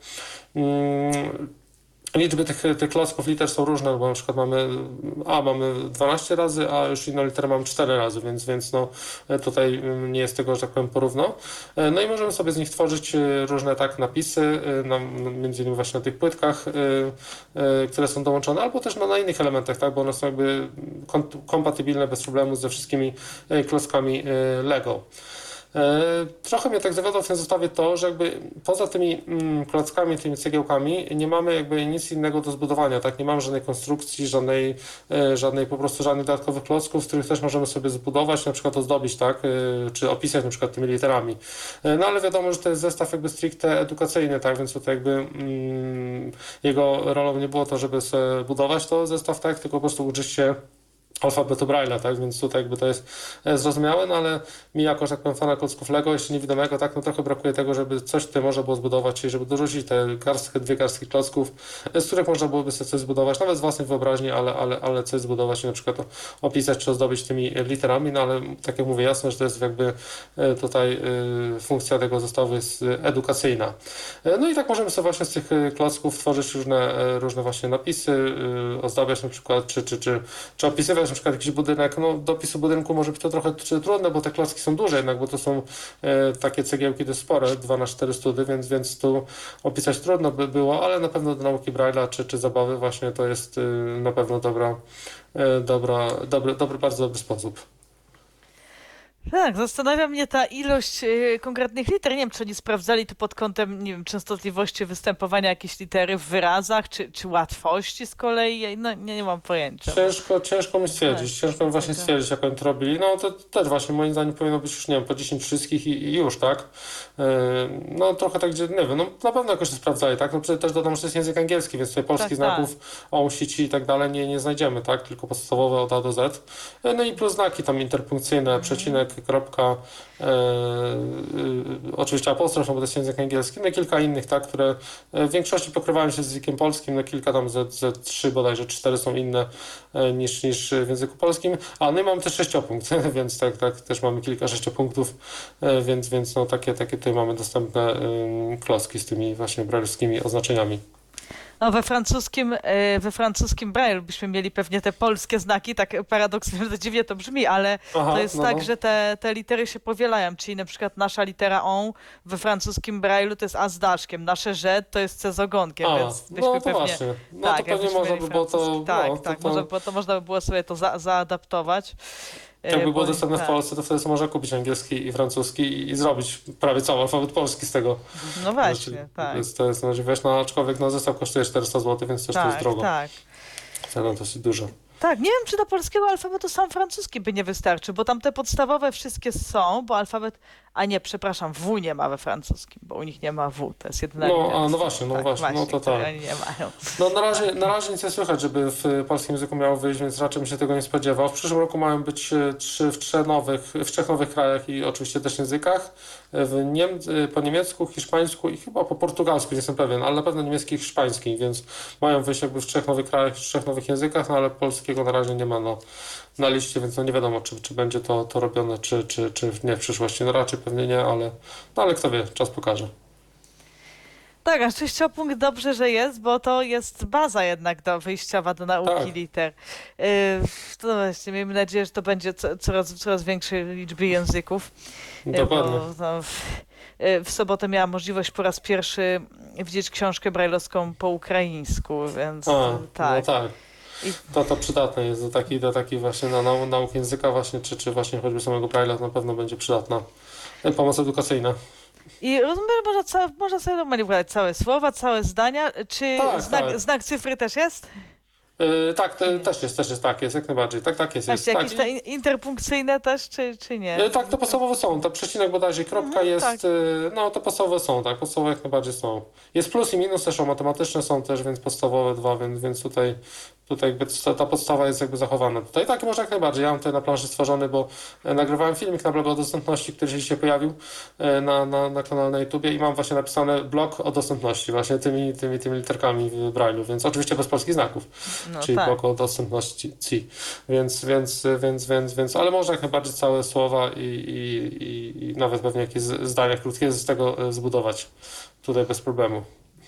Liczby tych, tych klocków liter są różne, bo na przykład mamy A mamy dwanaście razy, a już inną literę mamy cztery razy, więc, więc no, tutaj nie jest tego, że tak powiem, porówno. No i możemy sobie z nich tworzyć różne tak napisy, no, między innymi właśnie na tych płytkach, które są dołączone, albo też no, na innych elementach, tak, bo one są jakby kompatybilne bez problemu ze wszystkimi klockami Lego. Trochę mnie tak zawiodło w tym zestawie to, że jakby poza tymi mm, klockami, tymi cegiełkami nie mamy jakby nic innego do zbudowania, tak? Nie mamy żadnej konstrukcji, żadnej, e, żadnej po prostu żadnych dodatkowych klocków, z których też możemy sobie zbudować, na przykład ozdobić, tak? E, czy opisać na przykład tymi literami. E, no ale wiadomo, że to jest zestaw jakby stricte edukacyjny, tak? Więc tutaj jakby mm, jego rolą nie było to, żeby sobie budować to zestaw, tak? Tylko po prostu uczyć się alfabetu Braille'a, tak, więc tutaj jakby to jest zrozumiałe, no ale mi jako, że tak powiem, fana klocków Lego, jeszcze niewidomego, tak, no trochę brakuje tego, żeby coś tutaj można było zbudować, czyli żeby dorzucić te garstkę, dwie garstki klocków, z których można byłoby sobie coś zbudować, nawet z własnej wyobraźni, ale, ale, ale coś zbudować i na przykład opisać czy ozdobić tymi literami, no ale tak jak mówię, jasne, że to jest jakby tutaj funkcja tego zestawu jest edukacyjna. No i tak możemy sobie właśnie z tych klocków tworzyć różne, różne właśnie napisy, ozdabiać na przykład, czy, czy, czy, czy opisywać na przykład jakiś budynek. No do opisu budynku może być to trochę trudne, bo te klocki są duże jednak, bo to są e, takie cegiełki dość spore, dwa na cztery study, więc, więc tu opisać trudno by było, ale na pewno do nauki Braille'a czy, czy zabawy właśnie to jest e, na pewno dobra, e, dobra, dobry, dobry, bardzo dobry sposób. Tak, zastanawia mnie ta ilość y, konkretnych liter. Nie wiem, czy oni sprawdzali to pod kątem, nie wiem, częstotliwości występowania jakiejś litery w wyrazach, czy, czy łatwości z kolei. No nie, nie mam pojęcia. Ciężko, ciężko mi stwierdzić, Tak, ciężko mi właśnie tak. stwierdzić, jak oni to robili. No to też właśnie moim zdaniem powinno być już, nie wiem, po dziesięć wszystkich i, i już, tak? Yy, no trochę tak, gdzie, nie wiem, no na pewno jakoś to sprawdzali, tak? No też dodam, że to jest język angielski, więc tutaj polskich Tak, znaków, on, sici i tak dalej nie, nie znajdziemy, tak? Tylko podstawowe od A do Z. No i plus znaki tam interpunkcyjne, mm. przecinek, kropka, e, e, oczywiście apostrof, bo to jest język angielski, no i kilka innych, tak, które w większości pokrywają się z językiem polskim, no kilka tam z, z trzy bodajże, cztery są inne e, niż, niż w języku polskim, a no i mamy też sześciopunkt, więc tak, tak, też mamy kilka sześciopunktów, e, więc, więc no takie, takie tutaj mamy dostępne e, klocki z tymi właśnie brajlowskimi oznaczeniami. No, we francuskim, e, we francuskim Braille byśmy mieli pewnie te polskie znaki, tak paradoksalnie dziwnie to brzmi, ale Aha, to jest no, tak, no. że te, te litery się powielają, czyli na przykład nasza litera on we francuskim Braille'u to jest A z daszkiem, nasze Z to jest C z ogonkiem, A, więc byśmy no to pewnie... właśnie, no tak, to pewnie jakbyśmy można mieli by było to, francuski- Tak, no, tak, to, to, Można, by- to można by było sobie to za, zaadaptować. E, jakby było bo- dostępne w tak. Polsce, to wtedy sobie można kupić angielski i francuski i, i zrobić prawie cały alfabet polski z tego. No właśnie, Znaczy, tak. To jest, to jest możliwość, no aczkolwiek no, zestaw kosztuje czterysta złotych, więc też to jest Tak, drogo. tak. Cena dosyć duża. Tak, nie wiem, czy do polskiego alfabetu sam francuski by nie wystarczy, bo tam te podstawowe wszystkie są, bo alfabet, a nie, przepraszam, W nie ma we francuskim, bo u nich nie ma W, to jest jedyna No, ewidencja. a no właśnie, no właśnie, no to której tak. Oni nie mają. No na razie, na razie nic nie słychać, żeby w polskim języku miało wyjść, więc raczej bym się tego nie spodziewał. W przyszłym roku mają być e, trzy w trzech nowych, w trzech nowych krajach i oczywiście też językach. W Niem po niemiecku, hiszpańsku i chyba po portugalsku, nie jestem pewien, ale na pewno niemiecki i hiszpański, więc mają wyjść jakby w trzech nowych krajach, w trzech nowych językach, no ale polskiego na razie nie ma no, na liście, więc no nie wiadomo, czy, czy będzie to, to robione, czy, czy, czy nie w przyszłości. No raczej pewnie nie, ale, no, ale kto wie, czas pokaże. Tak, a sześciopunkt dobrze, że jest, bo to jest baza jednak do wyjściowa do nauki Tak. liter. Yy, to właśnie, miejmy nadzieję, że to będzie co, coraz, coraz większej liczby języków. Yy, Dokładnie. Bo, no, w sobotę miałam możliwość po raz pierwszy widzieć książkę brajlowską po ukraińsku, więc A, tak. No tak. I... To, to przydatne jest do takiej, do takiej właśnie na nau, nauk języka właśnie, czy, czy właśnie choćby samego Braille'a na pewno będzie przydatna pomoc edukacyjna. I rozumiem, że można, ca- można sobie normalnie wgrać całe słowa, całe zdania. Czy Tak, znak, tak. znak cyfry też jest? Yy, tak, te, też jest, też jest, tak, jest jak najbardziej. Tak, tak jest. jest Właśnie, tak. jakieś te in- interpunkcyjne też, czy, czy nie? Yy, tak, to podstawowe są. To przecinek bodajże kropka Mhm, jest, tak. yy, no to podstawowe są, tak, podstawowe jak najbardziej są. Jest plus i minus też, o matematyczne są też, więc podstawowe dwa, więc, więc tutaj, tutaj jakby ta, ta podstawa jest jakby zachowana. Tutaj tak, może jak najbardziej. Ja mam tutaj na planszy stworzony, bo e, nagrywałem filmik na blogu o dostępności, który się dzisiaj pojawił e, na, na, na kanale na YouTubie i mam właśnie napisane blog o dostępności, właśnie tymi, tymi, tymi literkami w Braille'u, więc oczywiście bez polskich znaków, No czyli tak. blog o dostępności C. Więc, więc, więc, więc, więc, ale można jak najbardziej całe słowa i, i, i, i nawet pewnie jakieś zdania krótkie z tego e, zbudować tutaj bez problemu.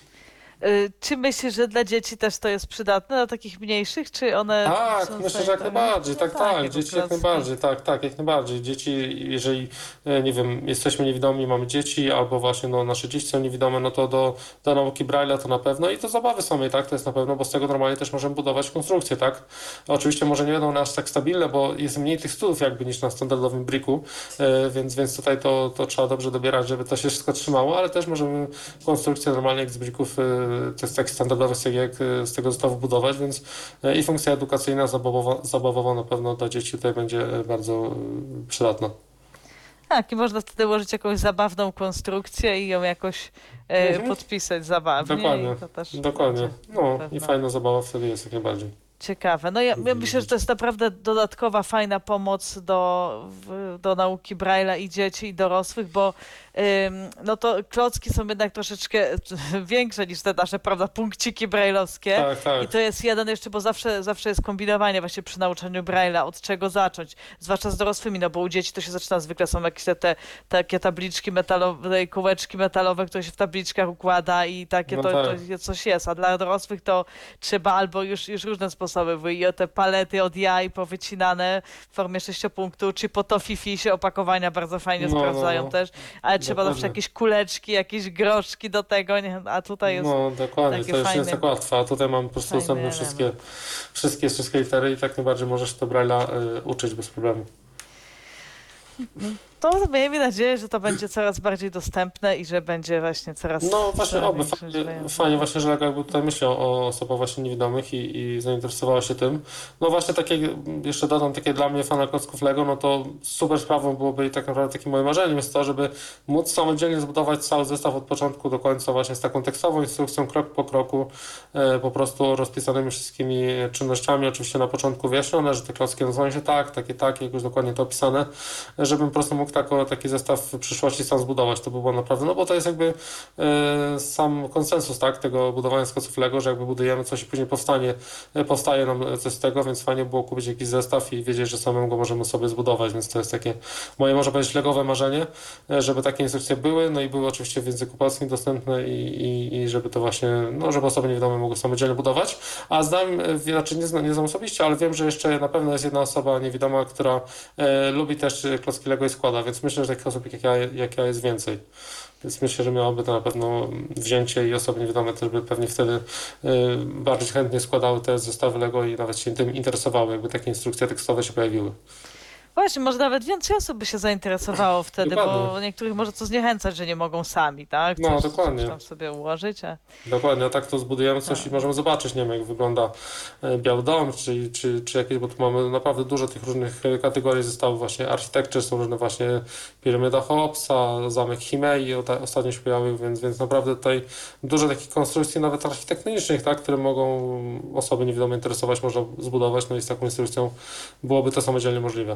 Y, Czy myślisz, że dla dzieci też to jest przydatne, dla takich mniejszych, czy one Tak, są myślę, sobie że jak trochę- najbardziej, No tak, tak, jak dzieci po jak prostu. najbardziej, tak, tak, jak najbardziej. Dzieci, jeżeli, e, nie wiem, jesteśmy niewidomi, mamy dzieci, albo właśnie no, nasze dzieci są niewidome, no to do, do nauki Braille'a to na pewno i do zabawy samej, tak, to jest na pewno, bo z tego normalnie też możemy budować konstrukcje, tak. Oczywiście może nie będą one aż tak stabilne, bo jest mniej tych studów jakby niż na standardowym briku, e, więc, więc tutaj to, to trzeba dobrze dobierać, żeby to się wszystko trzymało, ale też możemy konstrukcje normalnie jak z brików, e, to jest taki standardowy jak z tego zestawu budować, więc i funkcja edukacyjna, zabawowa, zabawowa na pewno dla dzieci tutaj będzie bardzo przydatna. Tak, i można wtedy ułożyć jakąś zabawną konstrukcję i ją jakoś e, Mhm. podpisać zabawnie. Dokładnie, I to też dokładnie. będzie No na i pewno fajna zabawa wtedy jest jak najbardziej. ciekawe. No ja, ja myślę, że to jest naprawdę dodatkowa, fajna pomoc do, w, do nauki Braille'a i dzieci, i dorosłych, bo ym, no to klocki są jednak troszeczkę większe niż te nasze, prawda, punkciki brajlowskie. Tak, tak. I to jest jeden jeszcze, bo zawsze, zawsze jest kombinowanie właśnie przy nauczaniu Braille'a, od czego zacząć, zwłaszcza z dorosłymi, no bo u dzieci to się zaczyna, zwykle są jakieś te, te takie tabliczki metalowe, kółeczki metalowe, które się w tabliczkach układa i takie No to, tak. to coś jest, a dla dorosłych to trzeba albo już, już różne sposoby, i o te palety od jaj powycinane w formie sześciopunktu, czy po tofifi się opakowania bardzo fajnie No, no, sprawdzają no. też, ale trzeba Dokładnie. zawsze jakieś kuleczki, jakieś groszki do tego, nie? A tutaj jest No dokładnie, takie to już nie fajne- jest tak łatwe, a tutaj mam po prostu fajny dostępne element. wszystkie, wszystkie, wszystkie litery i tak najbardziej możesz to Braille'a y, uczyć bez problemu. to miejmy nadzieję, że to będzie coraz bardziej dostępne i że będzie właśnie coraz No właśnie, coraz oby, większe fajnie, zajęcie. fajnie właśnie, że Lega jakby tutaj myślał o osobach właśnie niewidomych i, i zainteresowała się tym. No właśnie takie, jeszcze dodam, takie dla mnie fana klocków Lego, no to super sprawą byłoby i tak naprawdę takim moim marzeniem jest to, żeby móc samodzielnie zbudować cały zestaw od początku do końca właśnie z taką tekstową instrukcją, krok po kroku, e, po prostu rozpisanymi wszystkimi czynnościami, oczywiście na początku wyjaśnione, że te klocki nazywają się tak, takie, takie, jakoś dokładnie to opisane, żebym po prostu mógł tako, taki zestaw w przyszłości sam zbudować, to by było naprawdę, no bo to jest jakby e, sam konsensus, tak, tego budowania z kloców Lego, że jakby budujemy coś i później powstanie, e, powstaje nam coś z tego, więc fajnie było kupić jakiś zestaw i wiedzieć, że samemu go możemy sobie zbudować, więc to jest takie moje, można powiedzieć, legowe marzenie, e, żeby takie instrukcje były, no i były oczywiście w języku polskim dostępne i, i, i żeby to właśnie, no żeby osoby niewidome mogły samodzielnie budować, a znam, e, znaczy nie znam, nie znam osobiście, ale wiem, że jeszcze na pewno jest jedna osoba niewidoma, która e, lubi też klocki Lego i składa, więc myślę, że takich osób jak ja, jak ja jest więcej. Więc myślę, że miałoby to na pewno wzięcie i osoby niewidome też by pewnie wtedy y, bardziej chętnie składały te zestawy Lego i nawet się tym interesowały, jakby takie instrukcje tekstowe się pojawiły. Właśnie, może nawet więcej osób by się zainteresowało wtedy, bo Dokładnie. niektórych może to zniechęcać, że nie mogą sami, tak? No, Coś, dokładnie. coś tam sobie ułożyć, a... Dokładnie, a tak to zbudujemy coś Tak. i możemy zobaczyć, nie wiem, jak wygląda e, Biały Dom, czy, czy, czy jakieś, bo tu mamy naprawdę dużo tych różnych e, kategorii zestawów, właśnie architecture, są różne właśnie piramida Cheopsa, zamek Chimei ota- ostatnio się pojawił, więc, więc naprawdę tutaj dużo takich konstrukcji, nawet architektonicznych, tak, które mogą osoby niewidome interesować, można zbudować, no i z taką instrukcją byłoby to samodzielnie możliwe.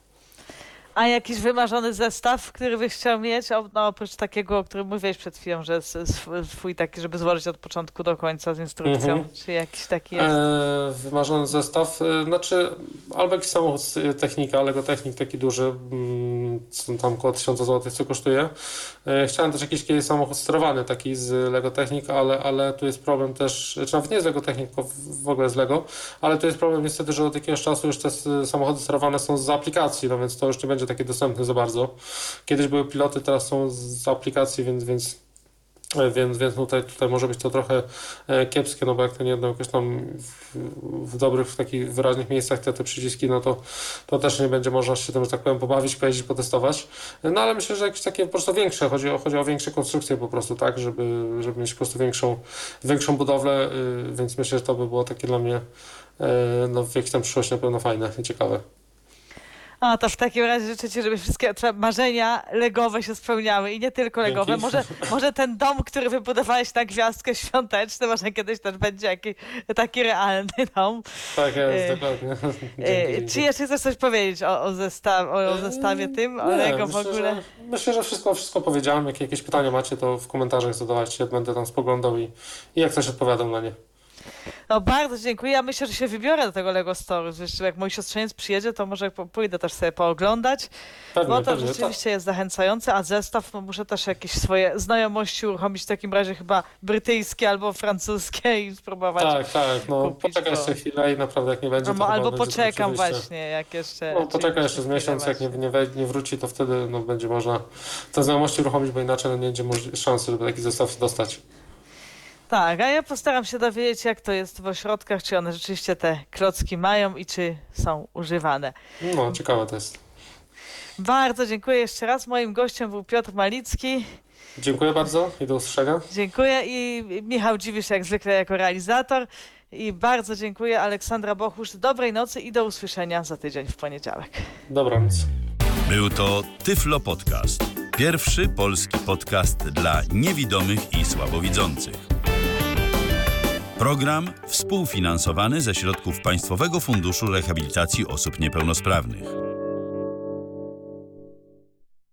A jakiś wymarzony zestaw, który byś chciał mieć? O, no, oprócz takiego, o którym mówiłeś przed chwilą, że s- sw- swój taki, żeby złożyć od początku do końca z instrukcją. Mhm. Czy jakiś taki jest? E, wymarzony zestaw, e, znaczy albo jakiś samochód e, technika, Lego Technik taki duży, mm, tam około tysiąc złotych, co kosztuje. Chciałem też jakiś kiedyś samochód sterowany taki z Lego Technik, ale, ale tu jest problem też, czy nawet nie z Lego Technik, tylko w ogóle z Lego, ale tu jest problem niestety, że od jakiegoś czasu już te samochody sterowane są z aplikacji, no więc to już nie będzie takie dostępne za bardzo. Kiedyś były piloty, teraz są z aplikacji, więc, więc Więc, więc tutaj, tutaj może być to trochę kiepskie, no bo jak to nie jedno jakoś tam w, w dobrych, w takich wyraźnych miejscach te, te przyciski, no to, to też nie będzie można się tym, że tak powiem, pobawić, pojeździć, potestować. No ale myślę, że jakieś takie po prostu większe, chodzi o, chodzi o większe konstrukcje po prostu, tak, żeby, żeby mieć po prostu większą, większą budowlę, więc myślę, że to by było takie dla mnie no, w jakiejś tam przyszłości na pewno fajne i ciekawe. A to w takim razie życzę Ci, żeby wszystkie te marzenia legowe się spełniały i nie tylko legowe. Dzięki. Może, może ten dom, który wybudowałeś na gwiazdkę świąteczny, może kiedyś też będzie jakiś taki realny dom. Tak jest, E, dokładnie. e, Dzięki, Czy jeszcze chcesz coś powiedzieć o, o, zestaw, o, o zestawie tym, o Nie, Lego w myślę, ogóle? Że, myślę, że wszystko, wszystko powiedziałem. Jak jakieś pytania macie, to w komentarzach zadawajcie. Będę tam spoglądał i, i jak coś odpowiadam na nie. No bardzo dziękuję. Ja myślę, że się wybiorę do tego Lego Store. Zresztą jak mój siostrzeniec przyjedzie, to może po- pójdę też sobie pooglądać. Pewnie, Bo to pewnie, rzeczywiście jest zachęcające, a zestaw, no muszę też jakieś swoje znajomości uruchomić, w takim razie chyba brytyjskie albo francuskie i spróbować. Tak, tak, no kupić, poczekaj bo- jeszcze chwilę i naprawdę jak nie będzie, to Albo, chyba albo będzie to poczekam oczywiście. właśnie, jak jeszcze... No czy poczekaj jeszcze z chwilę miesiąc, jak nie, właśnie. nie, we- nie wróci, to wtedy no, będzie można te znajomości uruchomić, bo inaczej no, nie będzie możli- szansy, żeby taki zestaw dostać. Tak, a ja postaram się dowiedzieć, jak to jest w ośrodkach, czy one rzeczywiście te klocki mają i czy są używane. No, ciekawe to jest. Bardzo dziękuję jeszcze raz. Moim gościem był Piotr Malicki. Dziękuję bardzo i do usłyszenia. Dziękuję i Michał Dziwisz jak zwykle jako realizator. I bardzo dziękuję Aleksandra Bochusz. Dobrej nocy i do usłyszenia za tydzień w poniedziałek. Dobranoc. Był to Tyflo Podcast. Pierwszy polski podcast dla niewidomych i słabowidzących. Program współfinansowany ze środków Państwowego Funduszu Rehabilitacji Osób Niepełnosprawnych.